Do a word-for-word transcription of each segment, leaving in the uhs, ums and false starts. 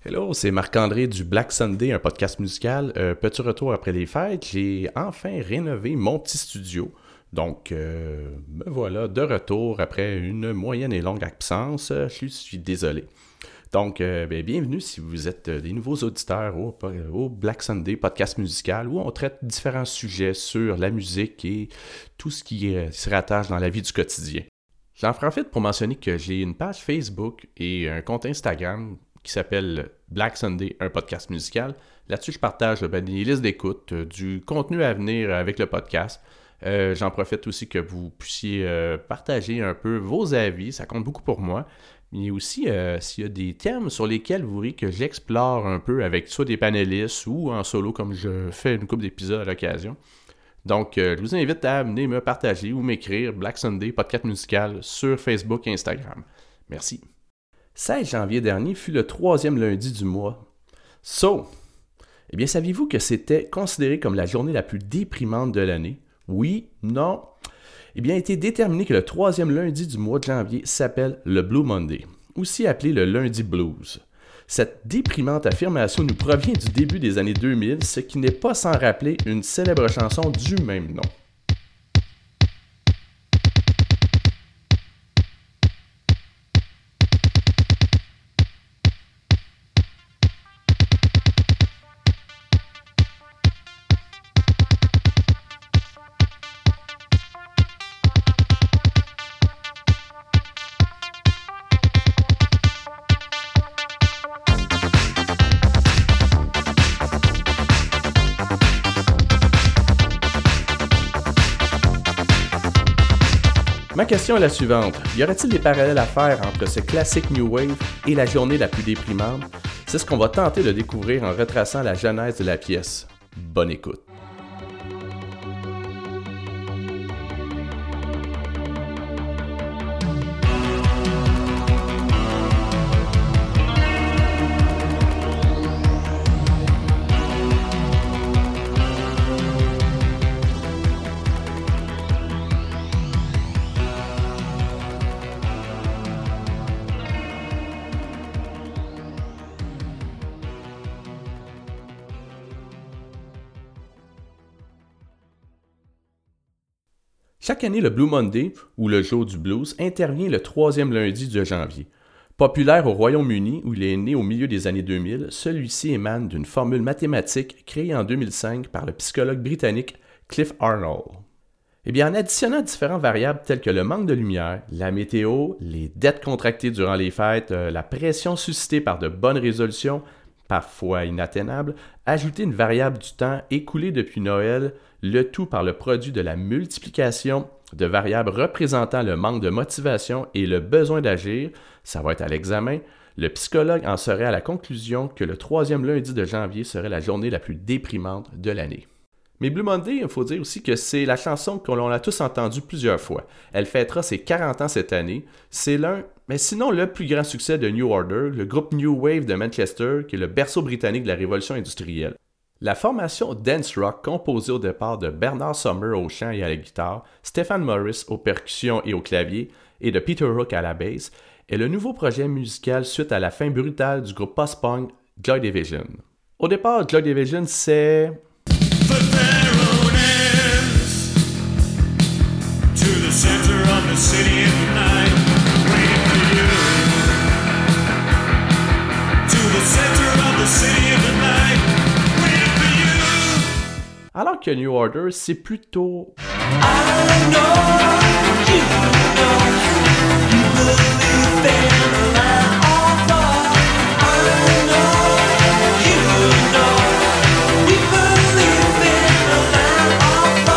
Hello, c'est Marc-André du Black Sunday, un podcast musical. Euh, petit retour après les fêtes, j'ai enfin rénové mon petit studio. Donc, euh, me voilà de retour après une moyenne et longue absence. Je suis désolé. Donc, euh, ben, bienvenue si vous êtes des nouveaux auditeurs au, au Black Sunday, podcast musical, où on traite différents sujets sur la musique et tout ce qui euh, se rattache dans la vie du quotidien. J'en profite pour mentionner que j'ai une page Facebook et un compte Instagram qui s'appelle Black Sunday, un podcast musical. Là-dessus, je partage ben, des listes d'écoute, euh, du contenu à venir avec le podcast. Euh, j'en profite aussi que vous puissiez euh, partager un peu vos avis, ça compte beaucoup pour moi. Mais aussi, euh, s'il y a des thèmes sur lesquels vous voulez que j'explore un peu avec soit des panélistes ou en solo, comme je fais une couple d'épisodes à l'occasion. Donc, euh, je vous invite à venir me partager ou m'écrire Black Sunday, podcast musical sur Facebook et Instagram. Merci. seize janvier dernier fut le troisième lundi du mois. So, eh bien, saviez-vous que c'était considéré comme la journée la plus déprimante de l'année? Oui? Non? Eh bien, il a été déterminé que le troisième lundi du mois de janvier s'appelle le Blue Monday, aussi appelé le lundi blues. Cette déprimante affirmation nous provient du début des années deux mille, ce qui n'est pas sans rappeler une célèbre chanson du même nom. Ma question est la suivante. Y aurait-il des parallèles à faire entre ce classique New Wave et la journée la plus déprimante? C'est ce qu'on va tenter de découvrir en retraçant la genèse de la pièce. Bonne écoute. Chaque année, le Blue Monday, ou le jour du blues, intervient le troisième lundi de janvier. Populaire au Royaume-Uni, où il est né au milieu des années deux mille, celui-ci émane d'une formule mathématique créée en deux mille cinq par le psychologue britannique Cliff Arnold. Eh bien, en additionnant différentes variables telles que le manque de lumière, la météo, les dettes contractées durant les fêtes, euh, la pression suscitée par de bonnes résolutions, parfois inatteignables, ajouter une variable du temps écoulé depuis Noël, le tout par le produit de la multiplication de variables représentant le manque de motivation et le besoin d'agir, ça va être à l'examen, le psychologue en serait à la conclusion que le troisième lundi de janvier serait la journée la plus déprimante de l'année. Mais Blue Monday, il faut dire aussi que c'est la chanson qu'on a tous entendue plusieurs fois. Elle fêtera ses quarante ans cette année. C'est l'un, mais sinon le plus grand succès de New Order, le groupe New Wave de Manchester, qui est le berceau britannique de la révolution industrielle. La formation dance rock, composée au départ de Bernard Sumner au chant et à la guitare, Stephen Morris aux percussions et au clavier, et de Peter Hook à la basse, est le nouveau projet musical suite à la fin brutale du groupe post-punk Joy Division. Au départ, Joy Division, c'est... Alors que New Order, c'est plutôt... I know, you know, you believe in the land of love. I know, you know, we believe in the land of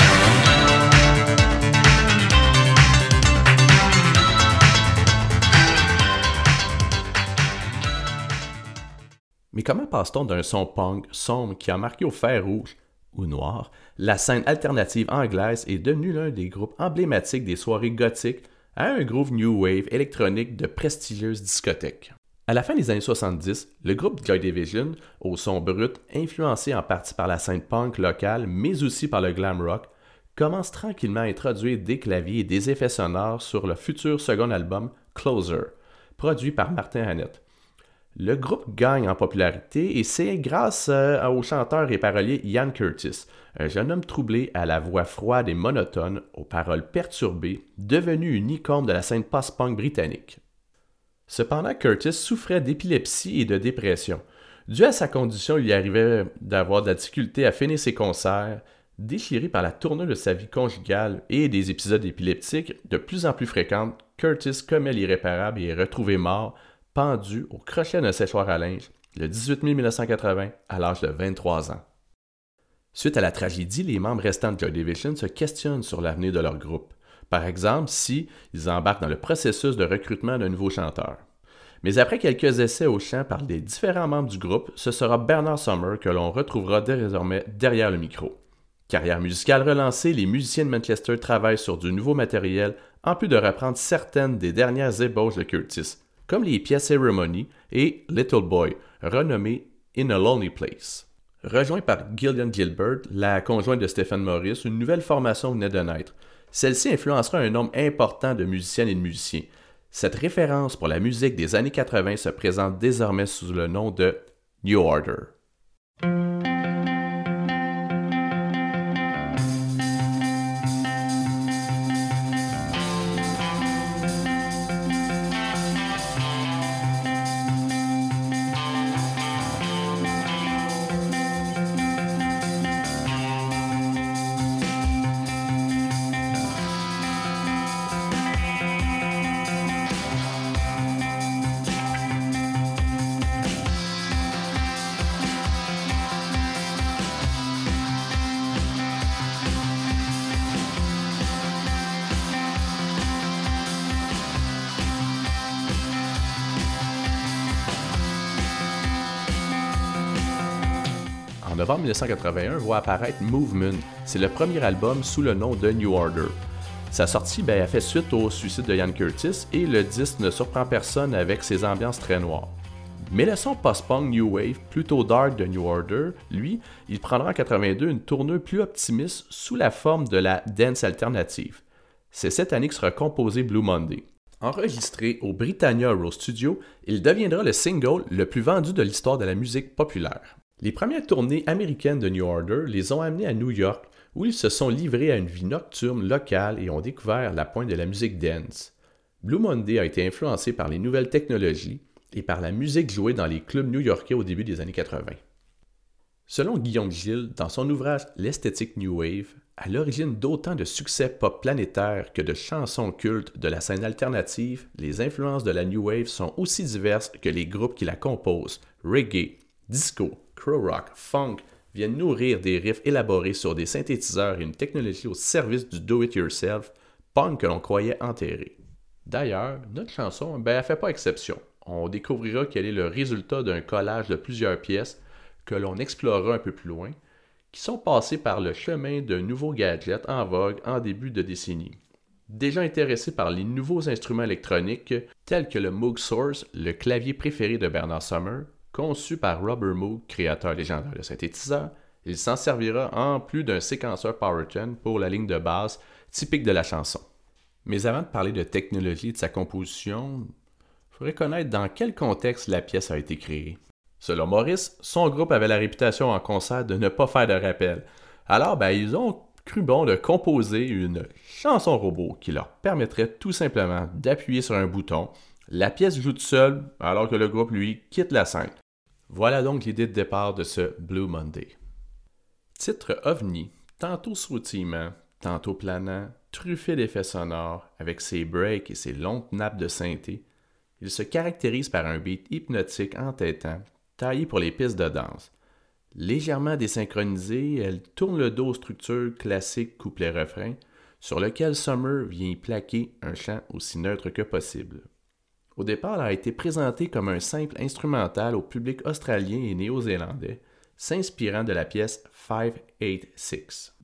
love. Mais comment passe-t-on d'un son punk sombre qui a marqué au fer rouge ou noir, la scène alternative anglaise est devenue l'un des groupes emblématiques des soirées gothiques à un groove new wave électronique de prestigieuses discothèques. À la fin des années soixante-dix, le groupe Joy Division, au son brut, influencé en partie par la scène punk locale, mais aussi par le glam rock, commence tranquillement à introduire des claviers et des effets sonores sur le futur second album Closer, produit par Martin Hannett. Le groupe gagne en popularité et c'est grâce euh, au chanteur et parolier Ian Curtis, un jeune homme troublé à la voix froide et monotone, aux paroles perturbées, devenu une icône de la scène post-punk britannique. Cependant, Curtis souffrait d'épilepsie et de dépression. Dû à sa condition, il lui arrivait d'avoir de la difficulté à finir ses concerts, déchiré par la tournure de sa vie conjugale et des épisodes épileptiques de plus en plus fréquents. Curtis commet l'irréparable et est retrouvé mort, pendu au crochet d'un séchoir à linge, le dix-huit mai mille neuf cent quatre-vingts, à l'âge de vingt-trois ans. Suite à la tragédie, les membres restants de Joy Division se questionnent sur l'avenir de leur groupe. Par exemple, si ils embarquent dans le processus de recrutement d'un nouveau chanteur. Mais après quelques essais au chant par les différents membres du groupe, ce sera Bernard Sumner que l'on retrouvera désormais derrière le micro. Carrière musicale relancée, les musiciens de Manchester travaillent sur du nouveau matériel, en plus de reprendre certaines des dernières ébauches de Curtis, comme les pièces Ceremony et Little Boy, renommées In a Lonely Place. Rejoint par Gillian Gilbert, la conjointe de Stephen Morris, une nouvelle formation venait de naître. Celle-ci influencera un nombre important de musiciennes et de musiciens. Cette référence pour la musique des années quatre-vingts se présente désormais sous le nom de New Order. En novembre mille neuf cent quatre-vingt-un, voit apparaître Movement. C'est le premier album sous le nom de New Order. Sa sortie ben, a fait suite au suicide de Ian Curtis et le disque ne surprend personne avec ses ambiances très noires. Mais le son post-punk New Wave, plutôt dark de New Order, lui, il prendra en quatre-vingt-deux une tournure plus optimiste sous la forme de la dance alternative. C'est cette année que sera composé Blue Monday. Enregistré au Britannia Row Studio, il deviendra le single le plus vendu de l'histoire de la musique populaire. Les premières tournées américaines de New Order les ont amenés à New York, où ils se sont livrés à une vie nocturne locale et ont découvert la pointe de la musique dance. Blue Monday a été influencé par les nouvelles technologies et par la musique jouée dans les clubs new-yorkais au début des années quatre-vingts. Selon Guillaume Gilles, dans son ouvrage L'esthétique New Wave, à l'origine d'autant de succès pop planétaires que de chansons cultes de la scène alternative, les influences de la New Wave sont aussi diverses que les groupes qui la composent. Reggae, disco, crow rock, funk viennent nourrir des riffs élaborés sur des synthétiseurs et une technologie au service du do-it-yourself, punk que l'on croyait enterré. D'ailleurs, notre chanson, ben, elle fait pas exception. On découvrira qu'elle est le résultat d'un collage de plusieurs pièces que l'on explorera un peu plus loin, qui sont passées par le chemin de nouveaux gadgets en vogue en début de décennie. Déjà intéressé par les nouveaux instruments électroniques tels que le Moog Source, le clavier préféré de Bernard Sumner, conçu par Robert Moog, créateur légendaire de synthétiseurs, il s'en servira en plus d'un séquenceur Powerton pour la ligne de basse typique de la chanson. Mais avant de parler de technologie et de sa composition, il faudrait connaître dans quel contexte la pièce a été créée. Selon Morris, son groupe avait la réputation en concert de ne pas faire de rappel. Alors, ben, ils ont cru bon de composer une chanson robot qui leur permettrait tout simplement d'appuyer sur un bouton. La pièce joue toute seule, alors que le groupe, lui, quitte la scène. Voilà donc l'idée de départ de ce Blue Monday. Titre ovni, tantôt sautillement, tantôt planant, truffé d'effets sonores, avec ses breaks et ses longues nappes de synthé, il se caractérise par un beat hypnotique entêtant, taillée pour les pistes de danse. Légèrement désynchronisée, elle tourne le dos aux structures classiques couplet-refrain, sur lequel Summer vient y plaquer un chant aussi neutre que possible. Au départ, elle a été présentée comme un simple instrumental au public australien et néo-zélandais, s'inspirant de la pièce five eight six.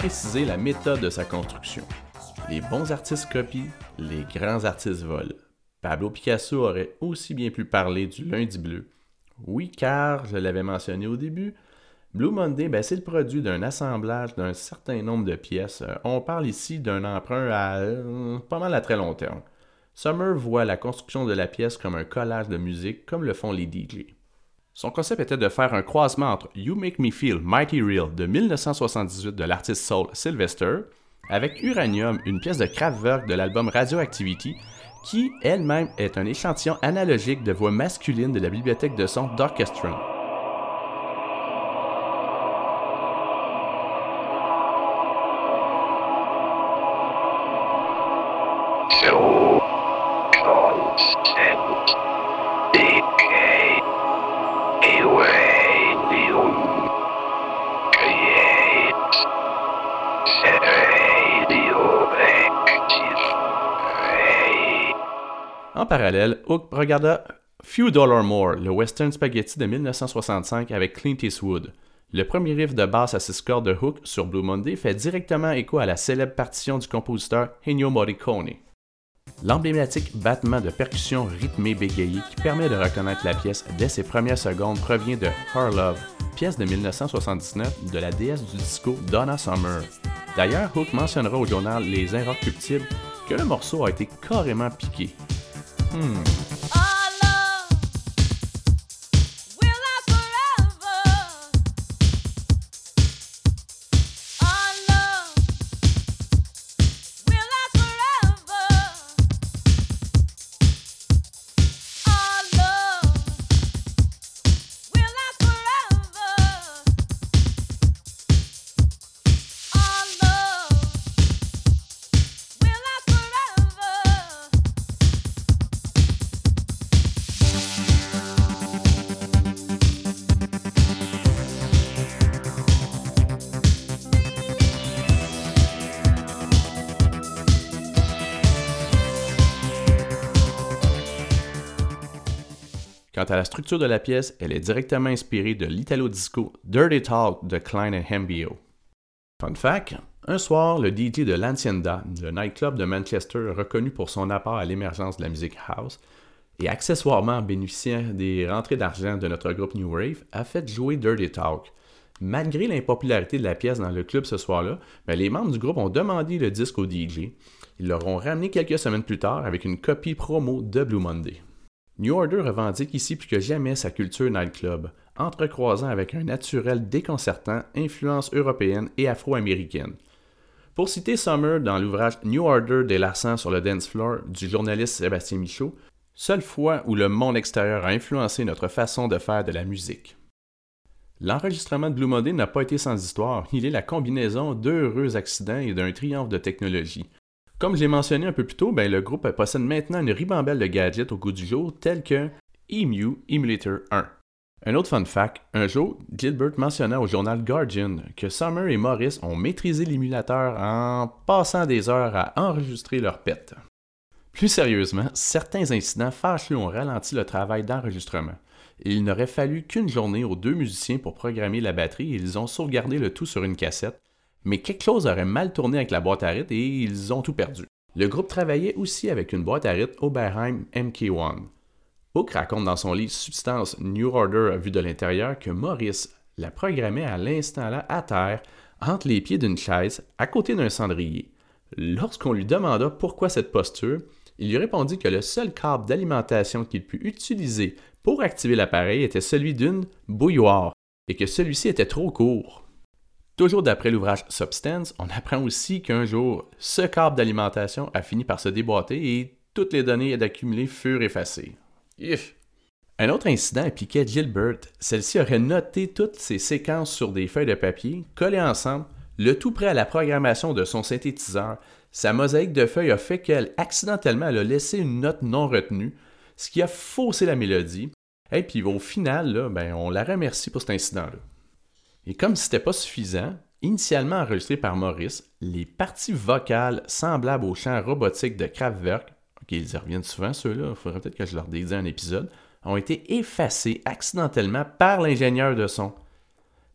préciser la méthode de sa construction. Les bons artistes copient, les grands artistes volent. Pablo Picasso aurait aussi bien pu parler du lundi bleu. Oui, car, je l'avais mentionné au début, Blue Monday, ben, c'est le produit d'un assemblage d'un certain nombre de pièces. On parle ici d'un emprunt à euh, pas mal à très long terme. Summer voit la construction de la pièce comme un collage de musique, comme le font les D J. Son concept était de faire un croisement entre You Make Me Feel Mighty Real de dix-neuf cent soixante-dix-huit de l'artiste soul Sylvester avec Uranium, une pièce de Kraftwerk de l'album Radioactivity, qui elle-même est un échantillon analogique de voix masculine de la bibliothèque de son d'Orchestron. So constant decay away you create radioactive ray. En parallèle, Hook regarda Few Dollar More, le western spaghetti de dix-neuf cent soixante-cinq avec Clint Eastwood. Le premier riff de basse à six cordes de Hook sur Blue Monday fait directement écho à la célèbre partition du compositeur Ennio Morricone. L'emblématique battement de percussion rythmé bégayé qui permet de reconnaître la pièce dès ses premières secondes provient de Her Love, pièce de dix-neuf cent soixante-dix-neuf de la déesse du disco Donna Summer. D'ailleurs, Hook mentionnera au journal Les Inrecuptibles que le morceau a été carrément piqué. Hmm. Quant à la structure de la pièce, elle est directement inspirée de l'italo-disco Dirty Talk de Klein et Hambio. Fun fact, un soir, le D J de l'Hacienda, le nightclub de Manchester reconnu pour son apport à l'émergence de la musique house, et accessoirement bénéficiant des rentrées d'argent de notre groupe New Wave, a fait jouer Dirty Talk. Malgré l'impopularité de la pièce dans le club ce soir-là, ben les membres du groupe ont demandé le disque au D J. Ils l'auront ramené quelques semaines plus tard avec une copie promo de Blue Monday. New Order revendique ici plus que jamais sa culture nightclub, entrecroisant avec un naturel déconcertant, influence européenne et afro-américaine. Pour citer Summer dans l'ouvrage New Order des Larsen sur le dance floor du journaliste Sébastien Michaud, seule fois où le monde extérieur a influencé notre façon de faire de la musique. L'enregistrement de Blue Monday n'a pas été sans histoire, il est la combinaison d'heureux accidents et d'un triomphe de technologie. Comme je l'ai mentionné un peu plus tôt, ben, le groupe possède maintenant une ribambelle de gadgets au goût du jour tels que E M U Emulator un. Un autre fun fact, un jour, Gilbert mentionna au journal Guardian que Summer et Morris ont maîtrisé l'émulateur en passant des heures à enregistrer leurs pets. Plus sérieusement, certains incidents fâcheux ont ralenti le travail d'enregistrement. Il n'aurait fallu qu'une journée aux deux musiciens pour programmer la batterie et ils ont sauvegardé le tout sur une cassette, mais quelque chose aurait mal tourné avec la boîte à rythme et ils ont tout perdu. Le groupe travaillait aussi avec une boîte à rythme Oberheim M K un. Hook raconte dans son livre Substance New Order vu de l'intérieur que Morris la programmait à l'instant là à terre, entre les pieds d'une chaise, à côté d'un cendrier. Lorsqu'on lui demanda pourquoi cette posture, il lui répondit que le seul câble d'alimentation qu'il put utiliser pour activer l'appareil était celui d'une bouilloire et que celui-ci était trop court. Toujours d'après l'ouvrage Substance, on apprend aussi qu'un jour, ce câble d'alimentation a fini par se déboîter et toutes les données d'accumuler furent effacées. If. Un autre incident impliquait Gilbert. Celle-ci aurait noté toutes ses séquences sur des feuilles de papier, collées ensemble, le tout prêt à la programmation de son synthétiseur. Sa mosaïque de feuilles a fait qu'elle, accidentellement, elle a laissé une note non retenue, ce qui a faussé la mélodie. Et puis au final, là, ben, on la remercie pour cet incident-là. Et comme si c'était pas suffisant, initialement enregistré par Morris, les parties vocales semblables au chant robotique de Kraftwerk, ok, ils y reviennent souvent ceux-là, il faudrait peut-être que je leur dédie un épisode, ont été effacées accidentellement par l'ingénieur de son.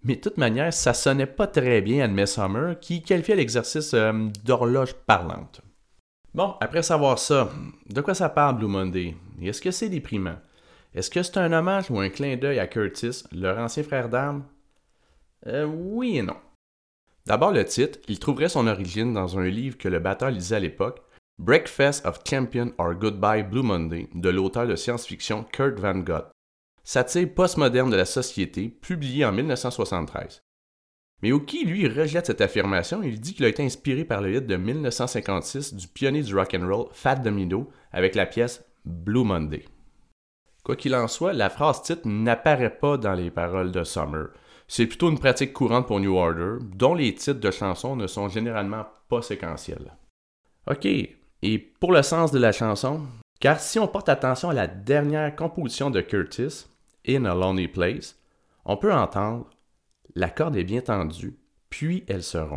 Mais de toute manière, ça sonnait pas très bien, admet Summer, qui qualifiait l'exercice euh, d'horloge parlante. Bon, après savoir ça, de quoi ça parle Blue Monday? Et est-ce que c'est déprimant? Est-ce que c'est un hommage ou un clin d'œil à Curtis, leur ancien frère d'armes? Euh, oui et non. D'abord le titre, il trouverait son origine dans un livre que le batteur lisait à l'époque, Breakfast of Champions or Goodbye Blue Monday, de l'auteur de science-fiction Kurt Van Gogh. Satire postmoderne de la société, publié en dix-neuf cent soixante-treize. Mais Oki, lui, rejette cette affirmation et il dit qu'il a été inspiré par le hit de dix-neuf cent cinquante-six du pionnier du rock'n'roll Fat Domino avec la pièce Blue Monday. Quoi qu'il en soit, la phrase titre n'apparaît pas dans les paroles de Summer. C'est plutôt une pratique courante pour New Order, dont les titres de chansons ne sont généralement pas séquentiels. Ok, et pour le sens de la chanson, car si on porte attention à la dernière composition de Curtis, In a Lonely Place, on peut entendre « La corde est bien tendue, puis elle se rompt ».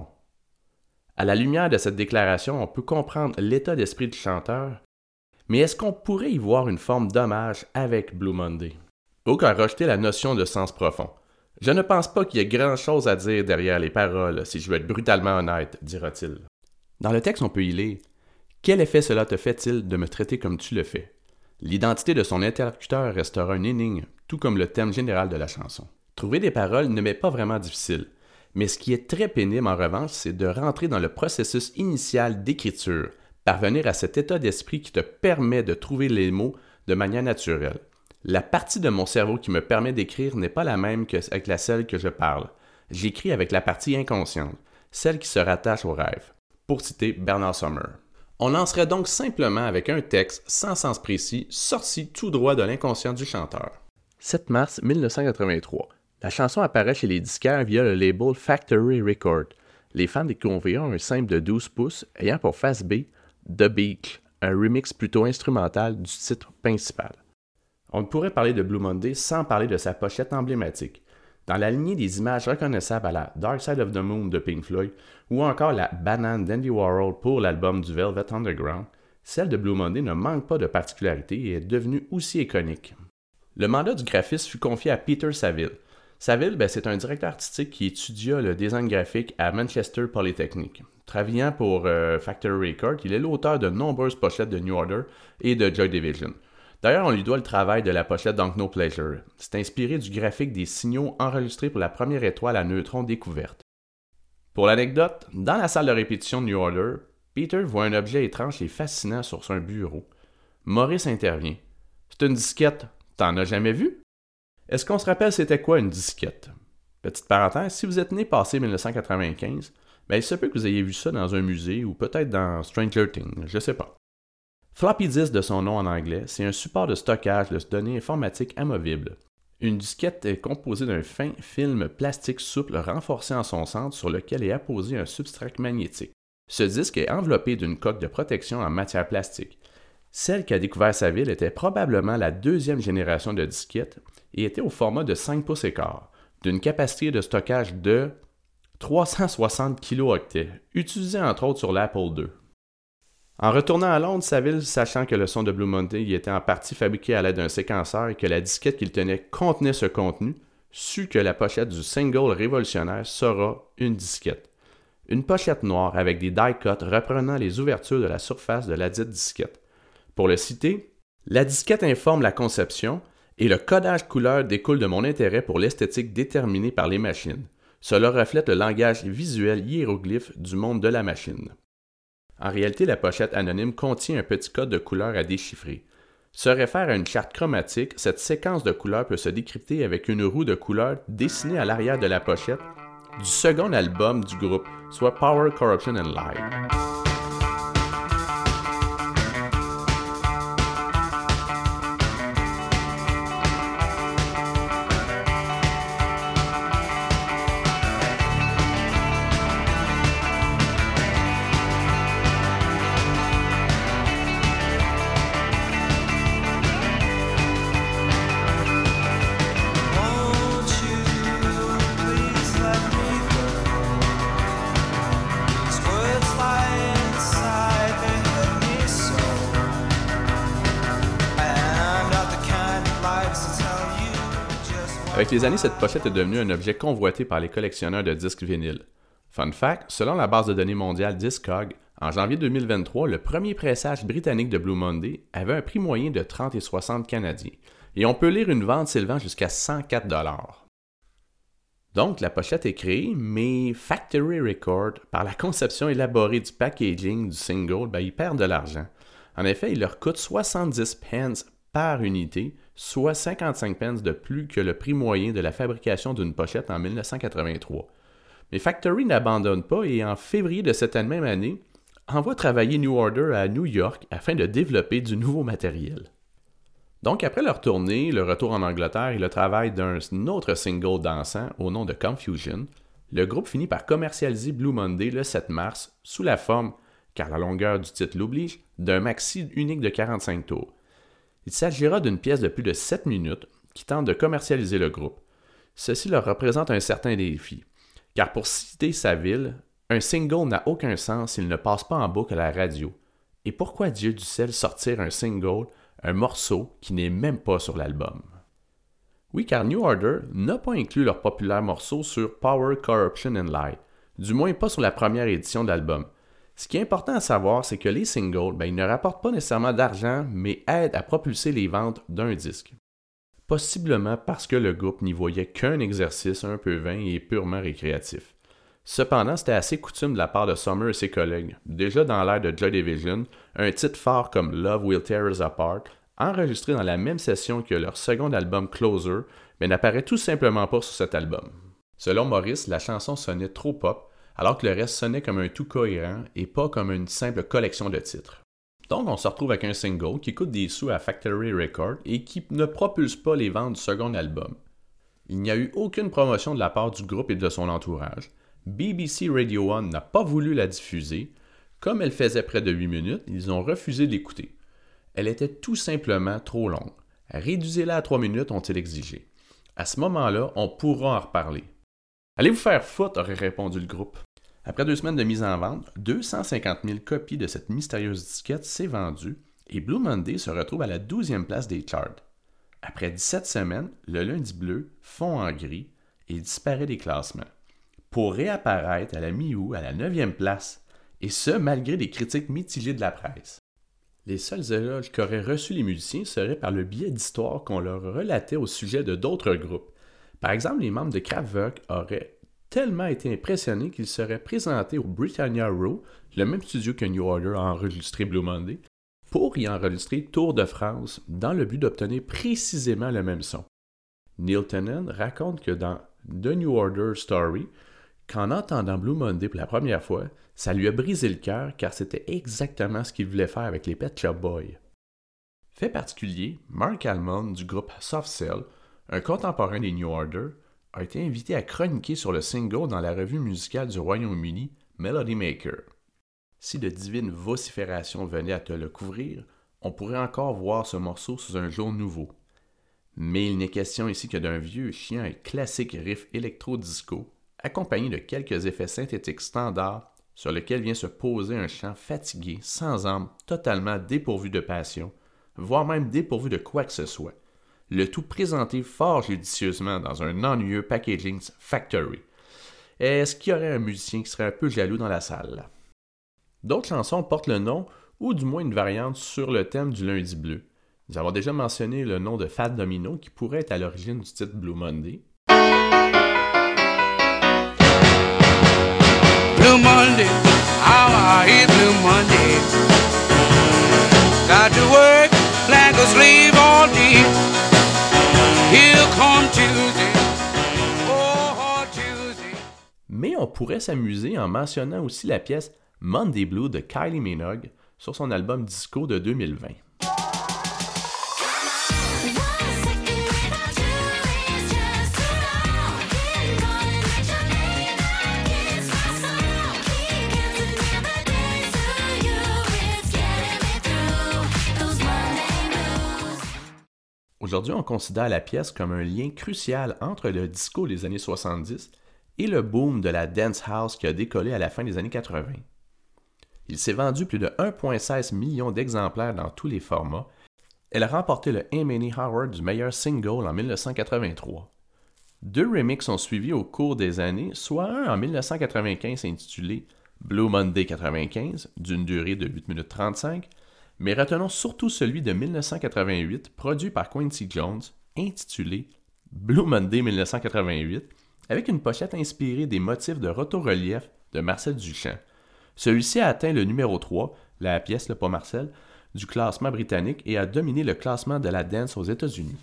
À la lumière de cette déclaration, on peut comprendre l'état d'esprit du chanteur, mais est-ce qu'on pourrait y voir une forme d'hommage avec Blue Monday? Hook a rejeté la notion de sens profond. Je ne pense pas qu'il y ait grand-chose à dire derrière les paroles, si je veux être brutalement honnête, dira-t-il. Dans le texte, on peut y lire « Quel effet cela te fait-il de me traiter comme tu le fais? » L'identité de son interlocuteur restera une énigme, tout comme le thème général de la chanson. Trouver des paroles ne m'est pas vraiment difficile, mais ce qui est très pénible en revanche, c'est de rentrer dans le processus initial d'écriture, parvenir à cet état d'esprit qui te permet de trouver les mots de manière naturelle. La partie de mon cerveau qui me permet d'écrire n'est pas la même qu'avec la celle que je parle. J'écris avec la partie inconsciente, celle qui se rattache au rêve. Pour citer Bernard Summer. On lancerait donc simplement avec un texte sans sens précis, sorti tout droit de l'inconscient du chanteur. sept mars dix-neuf cent quatre-vingt-trois. La chanson apparaît chez les disquaires via le label Factory Records. Les fans découvriront un simple de douze pouces ayant pour face B The Beach, un remix plutôt instrumental du titre principal. On ne pourrait parler de Blue Monday sans parler de sa pochette emblématique. Dans la lignée des images reconnaissables à la Dark Side of the Moon de Pink Floyd ou encore la banane d'Andy Warhol pour l'album du Velvet Underground, celle de Blue Monday ne manque pas de particularité et est devenue aussi iconique. Le mandat du graphiste fut confié à Peter Saville. Saville, ben, c'est un directeur artistique qui étudia le design graphique à Manchester Polytechnic. Travaillant pour euh, Factory Records, il est l'auteur de nombreuses pochettes de New Order et de Joy Division. D'ailleurs, on lui doit le travail de la pochette Don't No Pleasure. C'est inspiré du graphique des signaux enregistrés pour la première étoile à neutrons découverte. Pour l'anecdote, dans la salle de répétition de New Order, Peter voit un objet étrange et fascinant sur son bureau. Maurice intervient. « C'est une disquette. T'en as jamais vu? » Est-ce qu'on se rappelle c'était quoi une disquette? Petite parenthèse, si vous êtes né passé dix-neuf cent quatre-vingt-quinze, ben il se peut que vous ayez vu ça dans un musée ou peut-être dans Stranger Things, je sais pas. Floppy disk de son nom en anglais, c'est un support de stockage de données informatiques amovibles. Une disquette est composée d'un fin film plastique souple renforcé en son centre sur lequel est apposé un substrat magnétique. Ce disque est enveloppé d'une coque de protection en matière plastique. Celle qu'a découvert Saville était probablement la deuxième génération de disquettes et était au format de cinq pouces et quart, d'une capacité de stockage de trois cent soixante kilooctets, utilisée entre autres sur l'Apple deux. En retournant à Londres, Saville, sachant que le son de Blue Monday y était en partie fabriqué à l'aide d'un séquenceur et que la disquette qu'il tenait contenait ce contenu, sut que la pochette du single révolutionnaire sera une disquette. Une pochette noire avec des die-cuts reprenant les ouvertures de la surface de la dite disquette. Pour le citer, « La disquette informe la conception et le codage couleur découle de mon intérêt pour l'esthétique déterminée par les machines. Cela reflète le langage visuel hiéroglyphe du monde de la machine. » En réalité, la pochette anonyme contient un petit code de couleur à déchiffrer. Se réfère à une charte chromatique, cette séquence de couleurs peut se décrypter avec une roue de couleurs dessinée à l'arrière de la pochette du second album du groupe, soit Power, Corruption and Lie. Words like Avec les années, cette pochette est devenue un objet convoité par les collectionneurs de disques vinyles. Fun fact, selon la base de données mondiale Discog, en janvier deux mille vingt-trois, le premier pressage britannique de Blue Monday avait un prix moyen de trente et soixante canadiens, et on peut lire une vente s'élevant jusqu'à cent quatre dollars. Donc, la pochette est créée, mais Factory Record, par la conception élaborée du packaging du single, ben, ils perdent de l'argent. En effet, il leur coûte soixante-dix pence par unité, soit cinquante-cinq pence de plus que le prix moyen de la fabrication d'une pochette en dix-neuf cent quatre-vingt-trois. Mais Factory n'abandonne pas et en février de cette même année, envoie travailler New Order à New York afin de développer du nouveau matériel. Donc, après leur tournée, le retour en Angleterre et le travail d'un autre single dansant au nom de Confusion, le groupe finit par commercialiser Blue Monday le sept mars sous la forme, car la longueur du titre l'oblige, d'un maxi unique de quarante-cinq tours. Il s'agira d'une pièce de plus de sept minutes qui tente de commercialiser le groupe. Ceci leur représente un certain défi, car pour citer sa ville, un single n'a aucun sens s'il ne passe pas en boucle à la radio. Et pourquoi Dieu du ciel sortir un single, un morceau qui n'est même pas sur l'album? Oui, car New Order n'a pas inclus leur populaire morceau sur Power, Corruption and Lie, du moins pas sur la première édition de l'album. Ce qui est important à savoir, c'est que les singles, ben, ils ne rapportent pas nécessairement d'argent, mais aident à propulser les ventes d'un disque. Possiblement parce que le groupe n'y voyait qu'un exercice un peu vain et purement récréatif. Cependant, c'était assez coutume de la part de Summer et ses collègues, déjà dans l'ère de Joy Division, un titre fort comme Love Will Tear Us Apart, enregistré dans la même session que leur second album Closer, mais n'apparaît tout simplement pas sur cet album. Selon Maurice, la chanson sonnait trop pop, alors que le reste sonnait comme un tout cohérent et pas comme une simple collection de titres. Donc on se retrouve avec un single qui coûte des sous à Factory Record et qui ne propulse pas les ventes du second album. Il n'y a eu aucune promotion de la part du groupe et de son entourage. B B C Radio un n'a pas voulu la diffuser. Comme elle faisait près de huit minutes, ils ont refusé d'écouter. Elle était tout simplement trop longue. Réduisez-la à trois minutes, ont-ils exigé. À ce moment-là, on pourra en reparler. Allez vous faire foutre, aurait répondu le groupe. Après deux semaines de mise en vente, deux cent cinquante mille copies de cette mystérieuse disquette s'est vendue et Blue Monday se retrouve à la douzième place des charts. Après dix-sept semaines, le lundi bleu fond en gris et disparaît des classements, pour réapparaître à la mi-août à la neuvième place, et ce malgré des critiques mitigées de la presse. Les seuls éloges qu'auraient reçus les musiciens seraient par le biais d'histoires qu'on leur relatait au sujet de d'autres groupes. Par exemple, les membres de Kraftwerk auraient tellement été impressionnés qu'ils seraient présentés au Britannia Row, le même studio que New Order a enregistré Blue Monday, pour y enregistrer Tour de France dans le but d'obtenir précisément le même son. Neil Tennant raconte que dans The New Order Story, qu'en entendant Blue Monday pour la première fois, ça lui a brisé le cœur car c'était exactement ce qu'il voulait faire avec les Pet Shop Boys. Fait particulier, Mark Almond du groupe Soft Cell, un contemporain des New Order, a été invité à chroniquer sur le single dans la revue musicale du Royaume-Uni, Melody Maker. Si de divines vociférations venaient à te le couvrir, on pourrait encore voir ce morceau sous un jour nouveau. Mais il n'est question ici que d'un vieux chiant et classique riff électro-disco, accompagné de quelques effets synthétiques standards sur lequel vient se poser un chant fatigué, sans âme, totalement dépourvu de passion, voire même dépourvu de quoi que ce soit. Le tout présenté fort judicieusement dans un ennuyeux packaging Factory. Est-ce qu'il y aurait un musicien qui serait un peu jaloux dans la salle? D'autres chansons portent le nom, ou du moins une variante, sur le thème du lundi bleu. Nous avons déjà mentionné le nom de Fat Domino qui pourrait être à l'origine du titre Blue Monday. Blue Monday, how I hate Blue Monday. Got to work like a slave all day. Here come Tuesday, oh Tuesday. Mais on pourrait s'amuser en mentionnant aussi la pièce Monday Blue de Kylie Minogue sur son album Disco de deux mille vingt. Aujourd'hui, on considère la pièce comme un lien crucial entre le disco des années soixante-dix et le boom de la dance house qui a décollé à la fin des années quatre-vingts. Il s'est vendu plus de un virgule seize million d'exemplaires dans tous les formats. Elle a remporté le Emmy Award du meilleur single en dix-neuf cent quatre-vingt-trois. Deux remixes ont suivi au cours des années, soit un en dix-neuf cent quatre-vingt-quinze intitulé Blue Monday quatre-vingt-quinze, d'une durée de huit minutes trente-cinq, mais retenons surtout celui de dix-neuf cent quatre-vingt-huit, produit par Quincy Jones, intitulé Blue Monday dix-neuf cent quatre-vingt-huit, avec une pochette inspirée des motifs de rotorelief de Marcel Duchamp. Celui-ci a atteint le numéro trois, la pièce, le pas Marcel, du classement britannique et a dominé le classement de la dance aux États-Unis.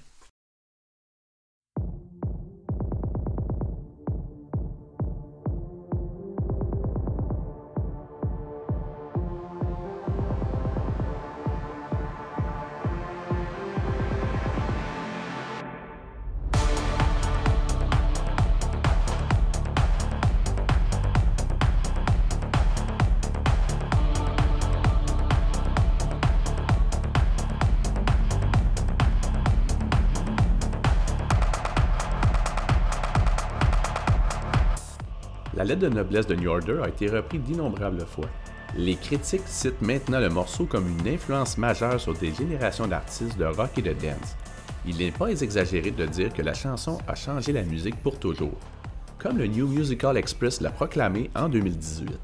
La lettre de noblesse de New Order a été reprise d'innombrables fois. Les critiques citent maintenant le morceau comme une influence majeure sur des générations d'artistes de rock et de dance. Il n'est pas exagéré de dire que la chanson a changé la musique pour toujours, comme le New Musical Express l'a proclamé en deux mille dix-huit.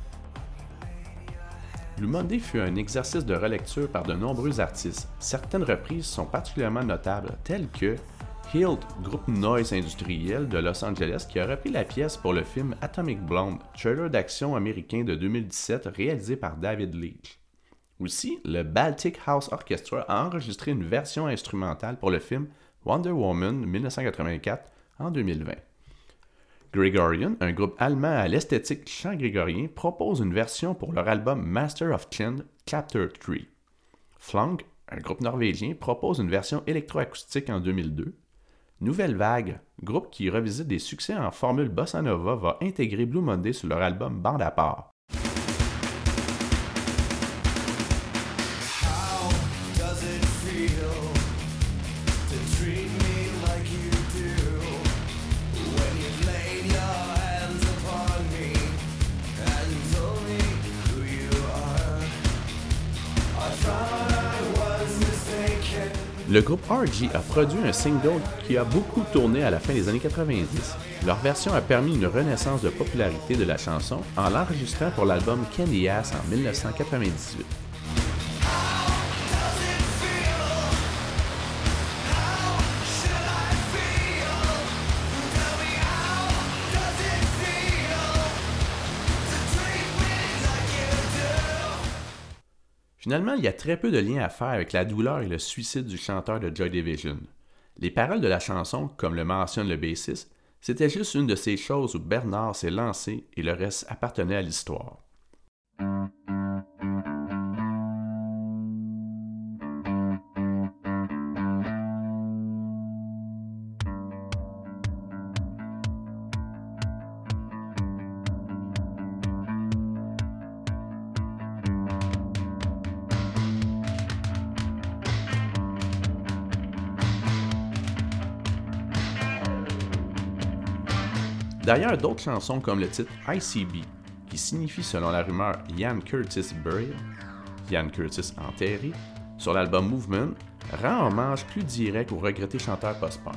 Blue Monday fut un exercice de relecture par de nombreux artistes. Certaines reprises sont particulièrement notables, telles que Hilt, groupe noise industriel de Los Angeles, qui a repris la pièce pour le film Atomic Blonde, trailer d'action américain de deux mille dix-sept réalisé par David Leitch. Aussi, le Baltic House Orchestra a enregistré une version instrumentale pour le film Wonder Woman dix-neuf cent quatre-vingt-quatre en deux mille vingt. Gregorian, un groupe allemand à l'esthétique chant grégorien, propose une version pour leur album Master of Chant, Chapter trois. Flank, un groupe norvégien, propose une version électroacoustique en deux mille deux. Nouvelle Vague, groupe qui revisite des succès en formule bossa nova, va intégrer Blue Monday sur leur album Bande à part. Le groupe R G a produit un single qui a beaucoup tourné à la fin des années quatre-vingt-dix. Leur version a permis une renaissance de popularité de la chanson en l'enregistrant pour l'album Candy Ass en dix-neuf cent quatre-vingt-dix-huit. Finalement, il y a très peu de liens à faire avec la douleur et le suicide du chanteur de Joy Division. Les paroles de la chanson, comme le mentionne le bassiste, c'était juste une de ces choses où Bernard s'est lancé et le reste appartenait à l'histoire. D'ailleurs, d'autres chansons comme le titre I C B, qui signifie selon la rumeur Ian Curtis Buried, Ian Curtis enterré, sur l'album Movement, rend hommage plus direct au regretté chanteur post-punk.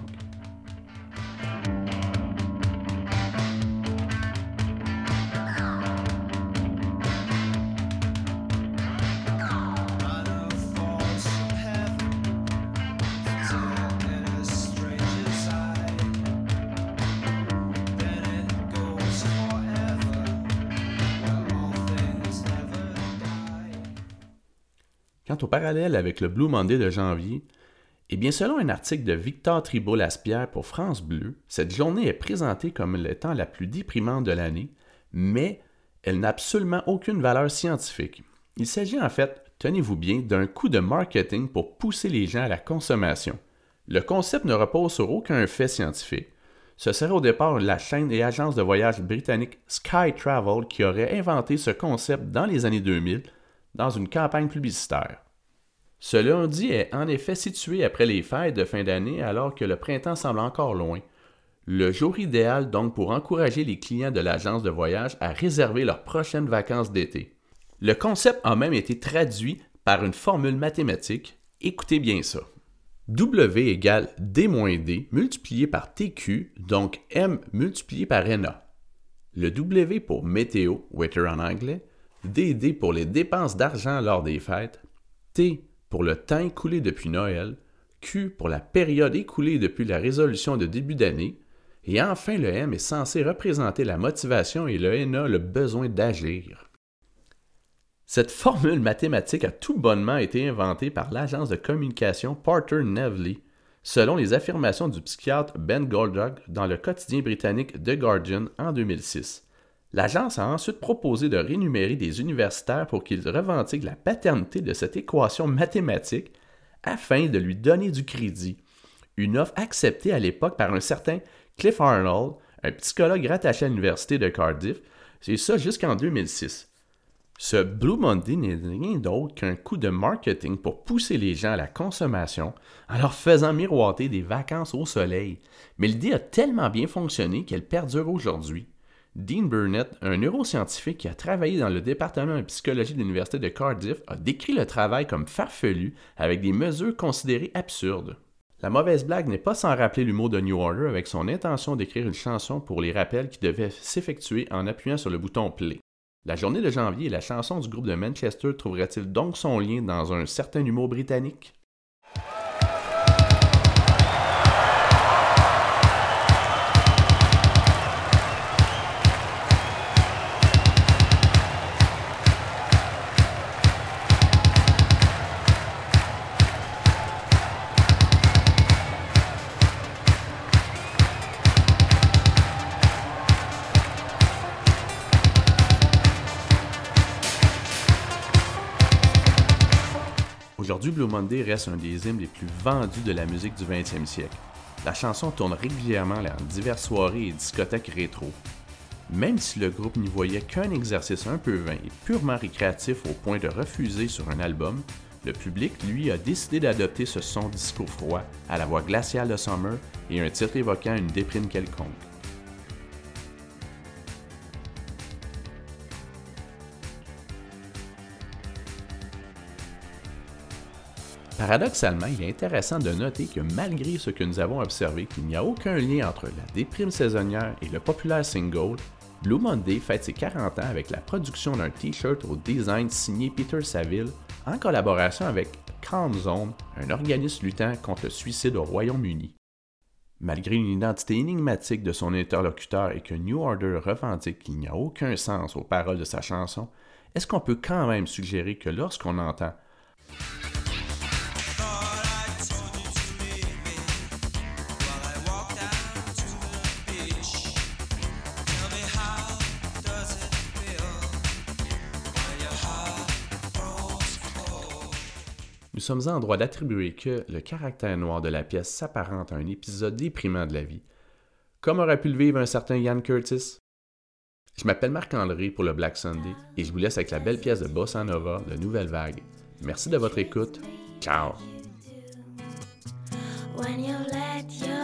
Quant au parallèle avec le Blue Monday de janvier, eh bien selon un article de Victor Tribault-Laspierre pour France Bleu, cette journée est présentée comme étant la plus déprimante de l'année, mais elle n'a absolument aucune valeur scientifique. Il s'agit en fait, tenez-vous bien, d'un coup de marketing pour pousser les gens à la consommation. Le concept ne repose sur aucun fait scientifique. Ce serait au départ la chaîne et agence de voyage britannique Sky Travel qui aurait inventé ce concept dans les années deux mille dans une campagne publicitaire. Ce lundi est en effet situé après les fêtes de fin d'année alors que le printemps semble encore loin. Le jour idéal donc pour encourager les clients de l'agence de voyage à réserver leurs prochaines vacances d'été. Le concept a même été traduit par une formule mathématique. Écoutez bien ça. W égale D moins D multiplié par T Q, donc M multiplié par N A. Le W pour météo, weather en anglais, D D pour les dépenses d'argent lors des fêtes, T pour le temps écoulé depuis Noël, Q pour la période écoulée depuis la résolution de début d'année, et enfin le M est censé représenter la motivation et le N A le besoin d'agir. Cette formule mathématique a tout bonnement été inventée par l'agence de communication Porter Neville, selon les affirmations du psychiatre Ben Goldog dans le quotidien britannique The Guardian en deux mille six. L'agence a ensuite proposé de rémunérer des universitaires pour qu'ils revendiquent la paternité de cette équation mathématique afin de lui donner du crédit. Une offre acceptée à l'époque par un certain Cliff Arnold, un psychologue rattaché à l'université de Cardiff, c'est ça jusqu'en deux mille six. Ce Blue Monday n'est rien d'autre qu'un coup de marketing pour pousser les gens à la consommation en leur faisant miroiter des vacances au soleil. Mais l'idée a tellement bien fonctionné qu'elle perdure aujourd'hui. Dean Burnett, un neuroscientifique qui a travaillé dans le département de psychologie de l'université de Cardiff, a décrit le travail comme farfelu avec des mesures considérées absurdes. La mauvaise blague n'est pas sans rappeler l'humour de New Order avec son intention d'écrire une chanson pour les rappels qui devaient s'effectuer en appuyant sur le bouton play. La journée de janvier et la chanson du groupe de Manchester trouverait-il donc son lien dans un certain humour britannique? Aujourd'hui, Blue Monday reste un des hymnes les plus vendus de la musique du vingtième siècle. La chanson tourne régulièrement dans diverses soirées et discothèques rétro. Même si le groupe n'y voyait qu'un exercice un peu vain et purement récréatif au point de refuser sur un album, le public, lui, a décidé d'adopter ce son disco froid à la voix glaciale de Summer et un titre évoquant une déprime quelconque. Paradoxalement, il est intéressant de noter que malgré ce que nous avons observé qu'il n'y a aucun lien entre la déprime saisonnière et le populaire single, Blue Monday fête ses quarante ans avec la production d'un t-shirt au design signé Peter Saville en collaboration avec Calm Zone, un organisme luttant contre le suicide au Royaume-Uni. Malgré une identité énigmatique de son interlocuteur et que New Order revendique qu'il n'y a aucun sens aux paroles de sa chanson, est-ce qu'on peut quand même suggérer que lorsqu'on entend nous sommes en droit d'attribuer que le caractère noir de la pièce s'apparente à un épisode déprimant de la vie, comme aurait pu le vivre un certain Ian Curtis? Je m'appelle Marc-André pour le Black Sunday et je vous laisse avec la belle pièce de Bossa Nova de Nouvelle Vague. Merci de votre écoute. Ciao! When you let your